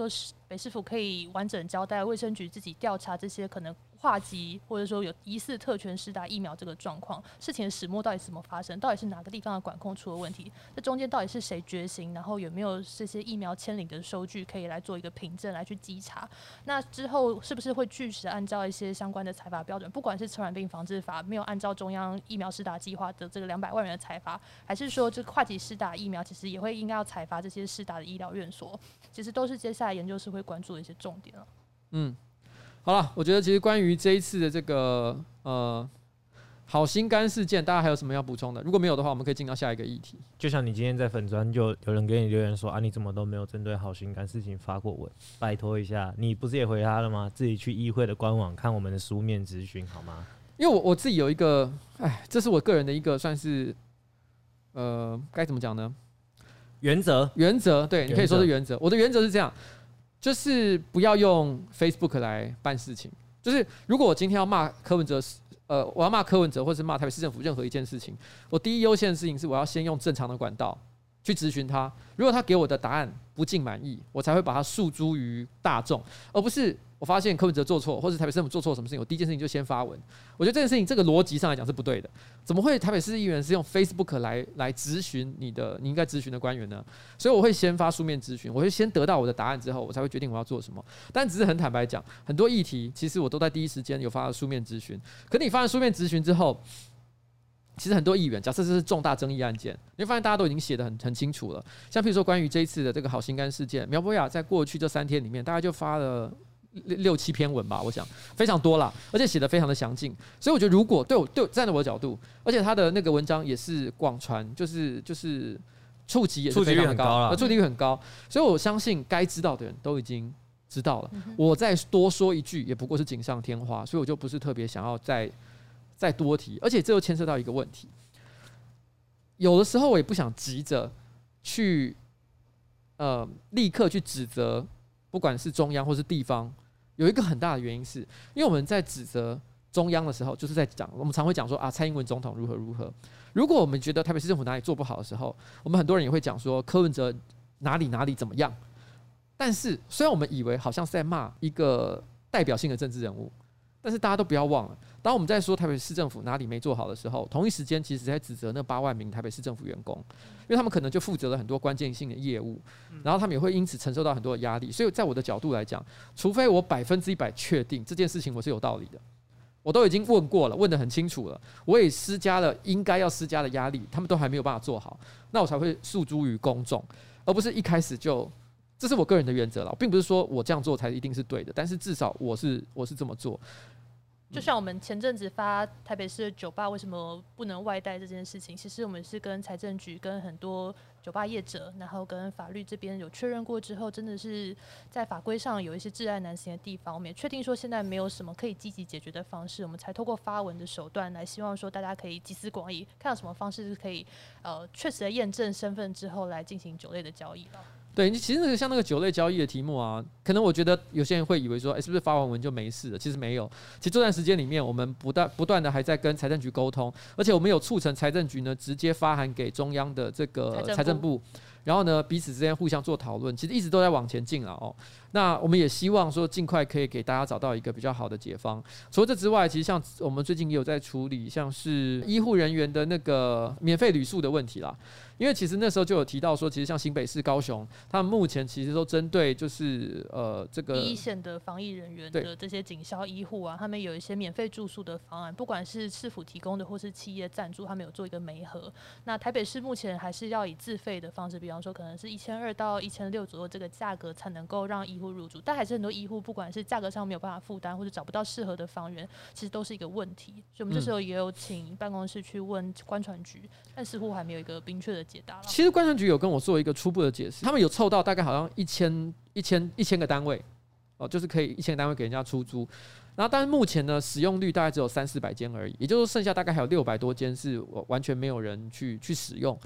北市府可以完整交代卫生局自己调查这些可能化及或者说有疑似特权施打疫苗这个状况，事情的始末到底是怎么发生，到底是哪个地方的管控出了问题，这中间到底是谁决心，然后有没有这些疫苗签领的收据可以来做一个凭证来去稽查，那之后是不是会据实按照一些相关的采罚标准，不管是传染病防治法没有按照中央疫苗施打计划的这个两百万元的采罚，还是说这个跨级施打疫苗其实也会应该要采罚这些施打的医疗院所，其实都是接下来研究室会关注的一些重点了。 嗯，好了，我觉得其实关于这一次的这个呃好心肝事件，大家还有什么要补充的？如果没有的话，我们可以进到下一个议题。 就像你今天在粉专就有人给你留言说啊，你怎么都没有针对好心肝事情发过文？拜托一下，你不是也回他了吗？自己去议会的官网看我们的书面质询好吗？ 因为我我自己有一个，哎，这是我个人的一个算是呃该怎么讲呢？ 原则， 原则，对，你可以说是原则。我的原则是这样，就是不要用 Facebook 来办事情。就是如果我今天要骂柯文哲，呃，我要骂柯文哲，或是骂台北市政府任何一件事情，我第一优先的事情是我要先用正常的管道去质询他。如果他给我的答案不尽满意，我才会把它诉诸于大众，而不是我发现柯文哲做错，或者台北市政府做错什么事情，我第一件事情就先发文。我觉得这件事情这个逻辑上来讲是不对的。怎么会台北市议员是用 Facebook 来来质询你的你应该质询的官员呢？所以我会先发书面质询，我会先得到我的答案之后，我才会决定我要做什么。但只是很坦白讲，很多议题其实我都在第一时间有发了书面质询。可你发了书面质询之后，其实很多议员，假设这是重大争议案件，你会发现大家都已经写得很很清楚了。像譬如说关于这一次的这个好心肝事件，苗博雅在过去这三天里面，大概就发了六七篇文吧，我想非常多啦，而且写得非常的详尽。所以我觉得，如果对我对我站在我的角度，而且他的那个文章也是广传，就是就是触及也是非常的高，触及率很高，所以我相信该知道的人都已经知道了。嗯、我再多说一句，也不过是锦上添花，所以我就不是特别想要再再多提。而且这又牵涉到一个问题，有的时候我也不想急着去呃立刻去指责，不管是中央或是地方。有一个很大的原因是，因为我们在指责中央的时候，就是在讲，我们常会讲说啊，蔡英文总统如何如何。如果我们觉得台北市政府哪里做不好的时候，我们很多人也会讲说柯文哲哪里哪里怎么样。但是虽然我们以为好像是在骂一个代表性的政治人物，但是大家都不要忘了，当我们在说台北市政府哪里没做好的时候，同一时间其实在指责那八万名台北市政府员工，因为他们可能就负责了很多关键性的业务，然后他们也会因此承受到很多的压力。所以在我的角度来讲，除非我百分之一百确定这件事情我是有道理的，我都已经问过了，问得很清楚了，我也施加了应该要施加的压力，他们都还没有办法做好，那我才会诉诸于公众，而不是一开始就。这是我个人的原则了，并不是说我这样做才一定是对的，但是至少我是我是这么做。 就像我们前阵子发台北市的酒吧为什么不能外带这件事情，其实我们是跟财政局、跟很多酒吧业者，然后跟法律这边有确认过之后，真的是在法规上有一些窒碍难行的地方，我们也确定说现在没有什么可以积极解决的方式，我们才透过发文的手段来希望说大家可以集思广益，看到什么方式是可以呃确实的验证身份之后来进行酒类的交易了。 对，其实那个像那个酒类交易的题目啊，可能我觉得有些人会以为说，哎、欸，是不是发完文就没事了？其实没有。其实这段时间里面，我们不断不断的还在跟财政局沟通，而且我们有促成财政局呢直接发函给中央的这个财政部，然后呢彼此之间互相做讨论，其实一直都在往前进了哦。那我们也希望说尽快可以给大家找到一个比较好的解方。除了这之外，其实像我们最近也有在处理像是医护人员的那个免费旅宿的问题啦。因为其实那时候就有提到说，其实像新北市、高雄，他们目前其实都针对就是呃这个第一线的防疫人员的这些警消医护啊，他们有一些免费住宿的方案，不管是市府提供的或是企业赞助，他们有做一个媒合。那台北市目前还是要以自费的方式，比方说可能是一千二到一千六左右这个价格才能够让医护入住，但还是很多医护不管是价格上没有办法负担，或者找不到适合的房源，其实都是一个问题。所以我们这时候也有请办公室去问关传局，但似乎还没有一个明确的解答。 其实关传局有跟我做一个初步的解释，他们有凑到大概好像一千一千一千个单位，哦，就是可以一千个单位给人家出租。然后，但是目前呢，使用率大概只有三四百间而已，也就是说，剩下大概还有六百多间是完全没有人去去使用。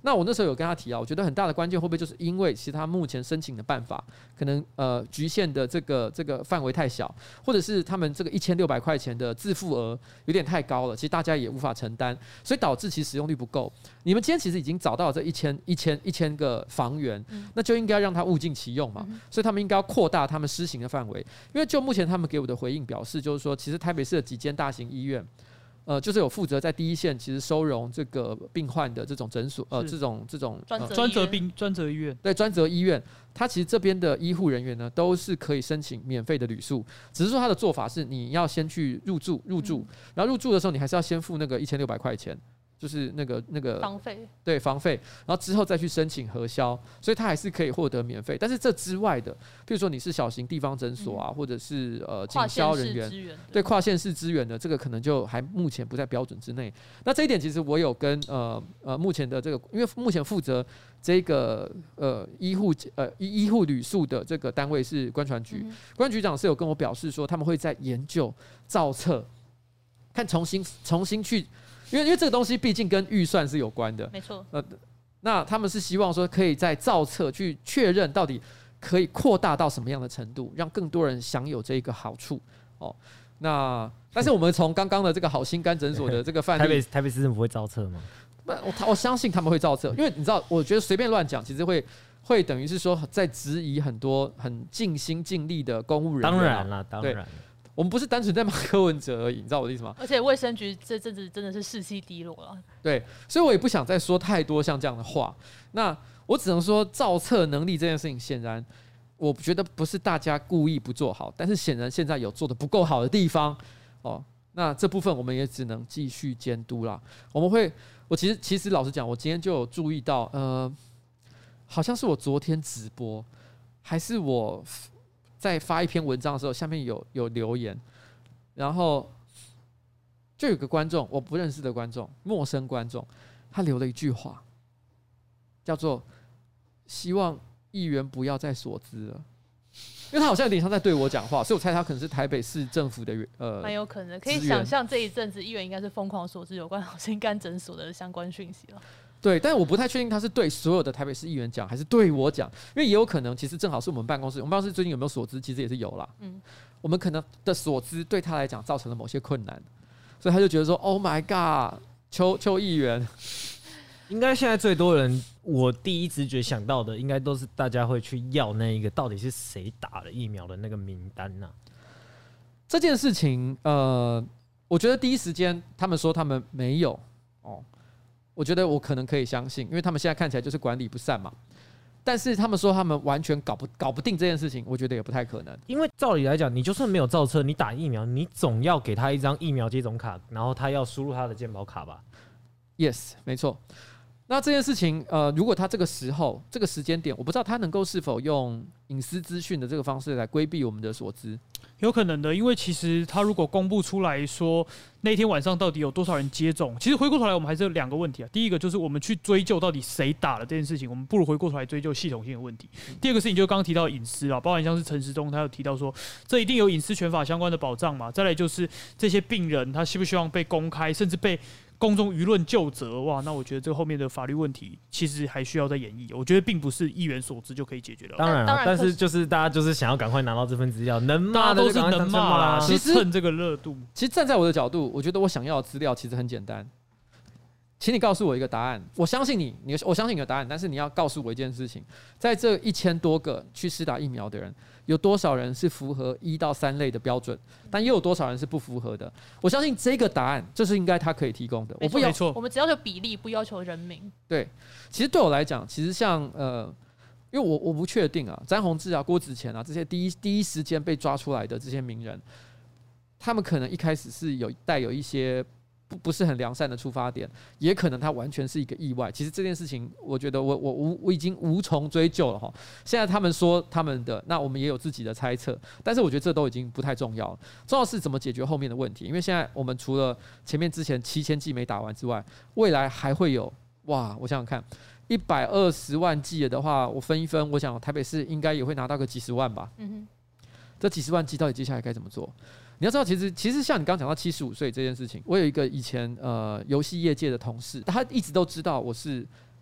那我那时候有跟他提啊，我觉得很大的关键会不会就是因为其实他目前申请的办法可能呃局限的这个这个范围太小，或者是他们这个一千六百块钱的自付额有点太高了，其实大家也无法承担，所以导致其实使用率不够。你们今天其实已经找到了这一千一千一千个房源， 嗯、 那就应该让它物尽其用嘛， 嗯、 所以他们应该要扩大他们施行的范围。因为就目前他们给我的回应表示，就是说其实台北市的几间大型医院。呃，就是有负责在第一线，其实收容这个病患的这种诊所，呃，这种这种专责病专责医院， 对专责医院，它其实这边的医护人员呢，都是可以申请免费的旅宿，只是说他的做法是，你要先去入住入住，嗯、然后入住的时候，你还是要先付那个一千六百块钱。就是那个那个房费， 对房费，然后之后再去申请核销，所以他还是可以获得免费。但是这之外的，比如说你是小型地方诊所啊，嗯、或者是呃警消人员，对跨县市支援的，这个可能就还目前不在标准之内。那这一点其实我有跟呃呃目前的这个，因为目前负责这个呃医护呃医医护旅宿的这个单位是关传局，嗯、关局长是有跟我表示说，他们会在研究造册，看重新重新去。因为因为这个东西毕竟跟预算是有关的， 没错。 呃，那他们是希望说可以在造册去确认到底可以扩大到什么样的程度，让更多人享有这个好处哦。那但是我们从刚刚的这个好心肝诊所的这个范例， 台北台北市政府会造册吗？ 我我相信他们会造册，因为你知道，我觉得随便乱讲，其实会会等于是说在质疑很多很尽心尽力的公务人员。 当然啦，当然。 我们不是单纯在骂柯文哲而已，你知道我的意思吗？ 而且卫生局这阵子真的是士气低落了。 对，所以我也不想再说太多像这样的话。那我只能说，造册能力这件事情，显然我觉得不是大家故意不做好，但是显然现在有做得不够好的地方哦。那这部分我们也只能继续监督啦。我们会，我其实其实老实讲，我今天就有注意到，呃，好像是我昨天直播，还是我。在发一篇文章的时候，下面有有留言，然后就有个观众，我不认识的观众，陌生观众，他留了一句话，叫做“希望议员不要再所资了”，因为他好像有点像在对我讲话，所以我猜他可能是台北市政府的呃， 蛮有可能，可以想象这一阵子议员应该是疯狂所知有关好心肝诊所的相关讯息了。 对，但是我不太确定他是对所有的台北市议员讲，还是对我讲，因为也有可能，其实正好是我们办公室，我们办公室最近有没有所资，其实也是有啦。嗯，我们可能的所资对他来讲造成了某些困难，所以他就觉得说 ，Oh my God， 邱邱议员， 应该现在最多人，我第一直觉想到的，应该都是大家会去要那一个到底是谁打了疫苗的那个名单呐、啊。 这件事情，呃，我觉得第一时间他们说他们没有哦。我觉得我可能可以相信，因为他们现在看起来就是管理不善嘛。但是他们说他们完全搞不搞不定这件事情，我觉得也不太可能。 因为照理来讲，你就算没有造册，你打疫苗，你总要给他一张疫苗接种卡，然后他要输入他的健保卡吧 ？Yes， 没错。那这件事情，呃，如果他这个时候、这个时间点，我不知道他能够是否用隐私资讯的这个方式来规避我们的所知。 有可能的，因为其实他如果公布出来说那天晚上到底有多少人接种，其实回过头来我们还是有两个问题啊。第一个就是我们去追究到底谁打了这件事情，我们不如回过头来追究系统性的问题。第二个事情就是刚刚提到隐私啊，包含像是陈时中他有提到说这一定有隐私权法相关的保障嘛。再来就是这些病人他希不希望被公开，甚至被公众舆论究责，哇，那我觉得这个后面的法律问题其实还需要再演绎。我觉得并不是议员所知就可以解决的。 当然了，但是就是大家就是想要赶快拿到这份资料，能骂的都是能骂啦， 其实趁这个热度。 其实站在我的角度，我觉得我想要的资料其实很简单，请你告诉我一个答案。我相信你，你我相信你的答案，但是你要告诉我一件事情：在这一千多个去施打疫苗的人，有多少人是符合一到三类的标准，但又有多少人是不符合的？我相信这个答案，这是应该他可以提供的。我不要， 我们只要求比例，不要求人名。 对，其实对我来讲，其实像呃。因为我我不确定啊，詹宏志啊、郭子乾啊这些第一第一时间被抓出来的这些名人，他们可能一开始是有带有一些不不是很良善的出发点，也可能他完全是一个意外。其实这件事情，我觉得我我无我已经无从追究了哈。现在他们说他们的，那我们也有自己的猜测，但是我觉得这都已经不太重要了。重要是怎么解决后面的问题，因为现在我们除了前面之前七千剂没打完之外，未来还会有哇，我想想看。一百二十万剂的话，我分一分，我想台北市应该也会拿到个几十万吧。嗯哼，这几十万剂到底接下来该怎么做？你要知道，其实其实像你刚刚讲到七十五岁这件事情，我有一个以前呃游戏业界的同事，他一直都知道我是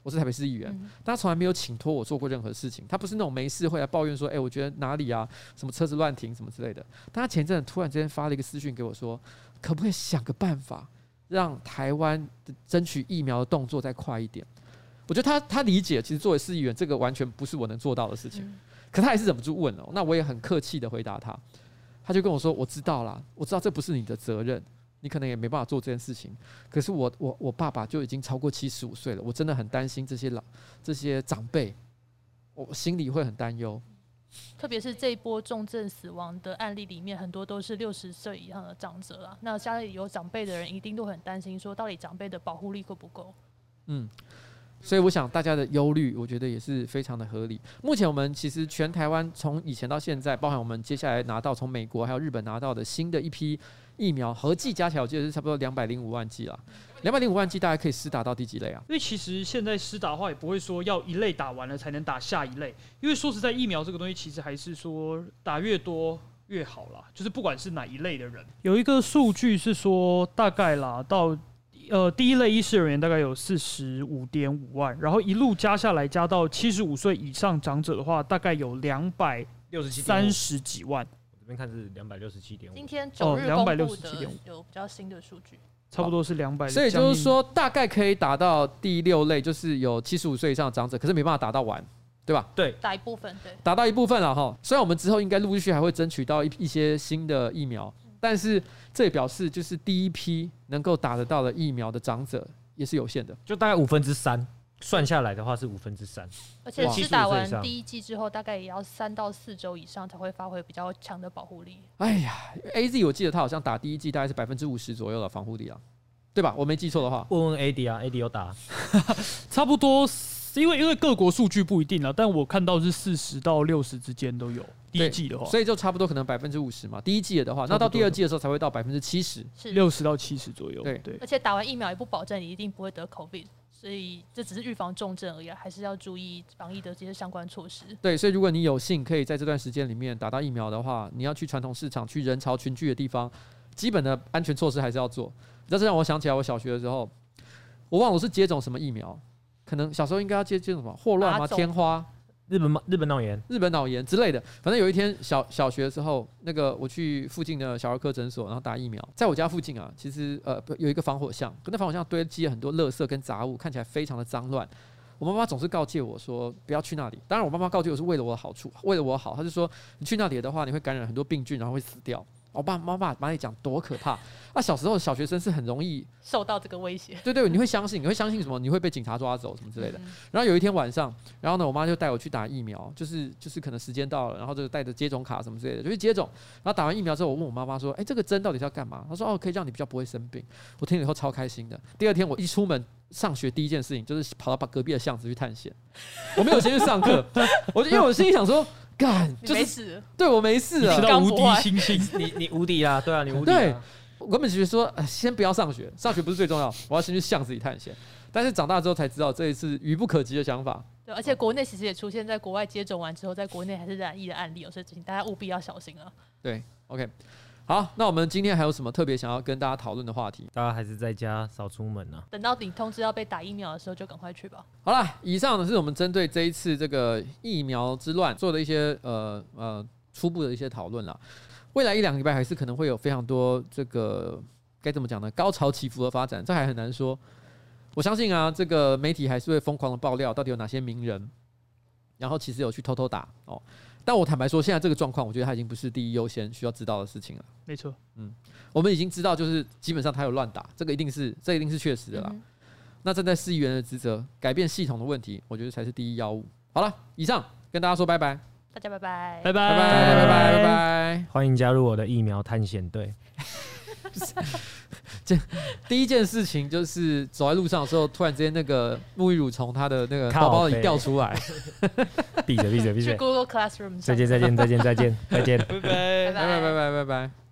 我是台北市议员， 嗯但他从来没有请托我做过任何事情。他不是那种没事会来抱怨说，哎、欸，我觉得哪里啊，什么车子乱停什么之类的。但他前阵子突然之间发了一个私讯给我说，可不可以想个办法，让台湾的争取疫苗的动作再快一点？我觉得他他理解，其实作为市议员，这个完全不是我能做到的事情。嗯、可他还是忍不住问哦，那我也很客气的回答他，他就跟我说，我知道啦，我知道这不是你的责任。你可能也没办法做这件事情，可是我我我爸爸就已经超过七十五岁了，我真的很担心这些老这些长辈，我心里会很担忧。 特别是这一波重症死亡的案例里面，很多都是六十岁以上的长者啦。那家里有长辈的人，一定都很担心，说到底长辈的保护力够不够？ 嗯。所以我想大家的忧虑，我觉得也是非常的合理。目前我们其实全台湾从以前到现在，包含我们接下来拿到从美国还有日本拿到的新的一批疫苗，合计加起来我记得是差不多两百零五万剂啦。两百零五万剂大概可以施打到第几类啊？ 因为其实现在施打的话，也不会说要一类打完了才能打下一类，因为说实在，疫苗这个东西其实还是说打越多越好啦，就是不管是哪一类的人。有一个数据是说，大概啦到。呃，第一类医师人员大概有四十五点五万，然后一路加下来，加到七十五岁以上长者的话，大概有两百三十几万。 我这边看是两百六十七点五。 今天九日公布的有比较新的数据， 差不多是两百。 所以就是说，大概可以打到第六类，就是有七十五岁以上的长者，可是没办法打到完，对吧？ 对， 打一部分，对， 打到一部分了哈。虽然我们之后应该陆续还会争取到一一些新的疫苗。但是这也表示，就是第一批能够打得到的疫苗的长者也是有限的， 就大概五分之三，算下来的话是五分之三。 而且是打完第一剂之后，大概也要三到四周以上才会发挥比较强的保护力。 哎呀 ，A Z 我记得他好像打第一剂大概是百分之五十左右的防护力啊，对吧？我没记错的话。 问问 A D 啊 ，A D 有打， 差不多。因为因为各国数据不一定啦，但我看到是四十到六十之间都有。第一季的话， 所以就差不多可能百分之五十嘛。第一季的话，那到第二季的时候才会到百分之七十， 六十到七十左右。 对对。 而且打完疫苗也不保证你一定不会得 COVID， 所以这只是预防重症而已，还是要注意防疫的这些相关措施。 对，所以如果你有幸可以在这段时间里面打到疫苗的话，你要去传统市场、去人潮群聚的地方，基本的安全措施还是要做。你知道，这让我想起来我小学的时候，我忘了我是接种什么疫苗。可能小时候应该要接接种什么霍乱吗？天花、 日本日本脑炎、 日本脑炎之类的。反正有一天小小学的时候，那个我去附近的小儿科诊所，然后打疫苗。在我家附近啊，其实呃有一个防火巷，可那防火巷堆积了很多垃圾跟杂物，看起来非常的脏乱。我妈妈总是告诫我说不要去那里。当然，我妈妈告诫我是为了我的好处，为了我好。她就说你去那里的话，你会感染很多病菌，然后会死掉。我爸妈妈把你讲多可怕啊！小时候小学生是很容易受到这个威胁， 对对，你会相信，你会相信什么？你会被警察抓走什么之类的。然后有一天晚上，然后呢，我妈就带我去打疫苗，就是就是可能时间到了，然后就带着接种卡什么之类的就去接种。然后打完疫苗之后，我问我妈妈说：“哎，这个针到底是要干嘛？”她说：“哦，可以让你比较不会生病。”我听了以后超开心的。第二天我一出门上学，第一件事情就是跑到隔壁的巷子去探险。我没有先去上课，我就因为我心里想说。干， 就是没事， 对我没事啊， 你到无敌星星， 你你无敌啊，对啊，你无敌、啊。 对，我根本觉得说，呃，先不要上学，上学不是最重要，我要先去巷子里探险。但是长大之后才知道，这一次愚不可及的想法。 对，而且国内其实也出现在国外接种完之后，在国内还是染疫的案例，所以请大家务必要小心啊。 对 ，OK。好，那我们今天还有什么特别想要跟大家讨论的话题？ 大家还是在家少出门啊。 等到你通知要被打疫苗的时候，就赶快去吧。 好啦，以上呢是我们针对这一次这个疫苗之乱做的一些呃呃初步的一些讨论啦。未来一两个礼拜还是可能会有非常多这个该怎么讲呢？高潮起伏的发展，这还很难说。我相信啊，这个媒体还是会疯狂的爆料到底有哪些名人，然后其实有去偷偷打哦。但我坦白说，现在这个状况，我觉得他已经不是第一优先需要知道的事情了。 没错， 嗯，我们已经知道，就是基本上他有乱打，这个一定是，这一定是确实的啦。嗯、那站在市议员的职责，改变系统的问题，我觉得才是第一要务。好了，以上跟大家说拜拜， 大家拜拜， 拜拜， 拜拜，拜拜，拜拜， 欢迎加入我的疫苗探险队。 这第一件事情就是走在路上的时候，突然之间那个沐浴乳从他的那个包包里掉出来。 闭嘴闭嘴闭嘴！ 去 Google Classroom。 再见再见再见再见再见！ 拜拜拜拜拜拜拜拜。